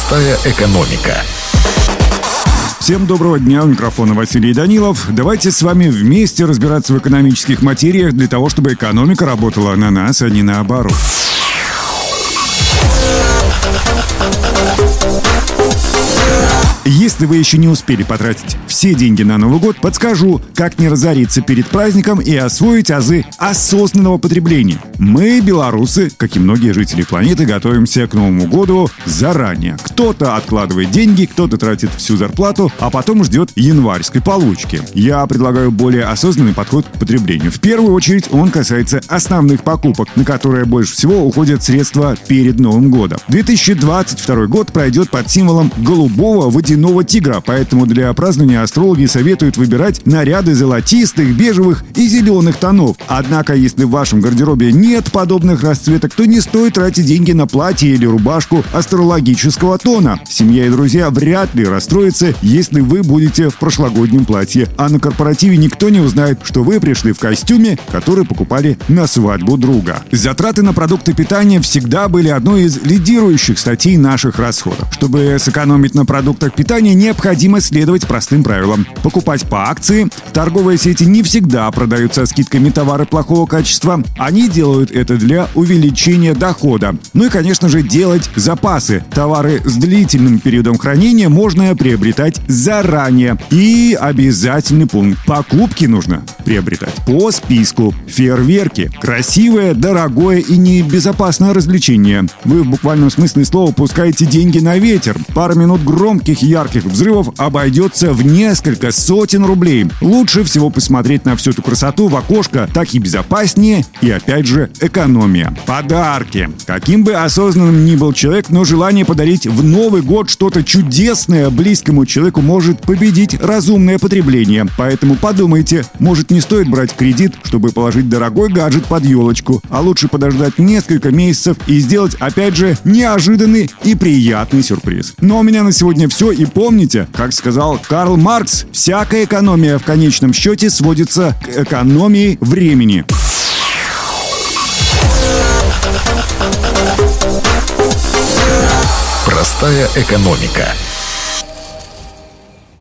Простая экономика. Всем доброго дня, у микрофона Василий Данилов. Давайте с вами вместе разбираться в экономических материях для того, чтобы экономика работала на нас, а не наоборот. Если вы еще не успели потратить все деньги на Новый год, подскажу, как не разориться перед праздником и освоить азы осознанного потребления. Мы, белорусы, как и многие жители планеты, готовимся к Новому году заранее. Кто-то откладывает деньги, кто-то тратит всю зарплату, а потом ждет январской получки. Я предлагаю более осознанный подход к потреблению. В первую очередь он касается основных покупок, на которые больше всего уходят средства перед Новым годом. 2022 год пройдет под символом голубого водяного тигра, поэтому для празднования астрологи советуют выбирать наряды золотистых, бежевых и зеленых тонов. Однако, если в вашем гардеробе нет подобных расцветок, то не стоит тратить деньги на платье или рубашку астрологического тона. Семья и друзья вряд ли расстроятся, если вы будете в прошлогоднем платье, а на корпоративе никто не узнает, что вы пришли в костюме, который покупали на свадьбу друга. Затраты на продукты питания всегда были одной из лидирующих статей наших расходов. Чтобы сэкономить на продуктах питания, необходимо следовать простым правилам. Покупать по акции. Торговые сети не всегда продают со скидками товары плохого качества. Они делают это для увеличения дохода. Ну и, конечно же, делать запасы. Товары с длительным периодом хранения можно приобретать заранее. И обязательный пункт. Покупки нужно приобретать по списку. Фейерверки. Красивое, дорогое и небезопасное развлечение. Вы в буквальном смысле слова пускаете деньги на ветер. Пара минут громких и ярких взрывов обойдется в несколько сотен рублей. Лучше всего посмотреть на всю эту красоту в окошко, так и безопаснее, и опять же экономия. Подарки. Каким бы осознанным ни был человек, но желание подарить в Новый год что-то чудесное близкому человеку может победить разумное потребление. Поэтому подумайте, может, не стоит брать кредит, чтобы положить дорогой гаджет под елочку, а лучше подождать несколько месяцев и сделать, опять же, неожиданный и приятный сюрприз. Но у меня на сегодня все, и помните, как сказал Карл Маркс, всякая экономия в конечном счете сводится к экономии времени. Простая экономика.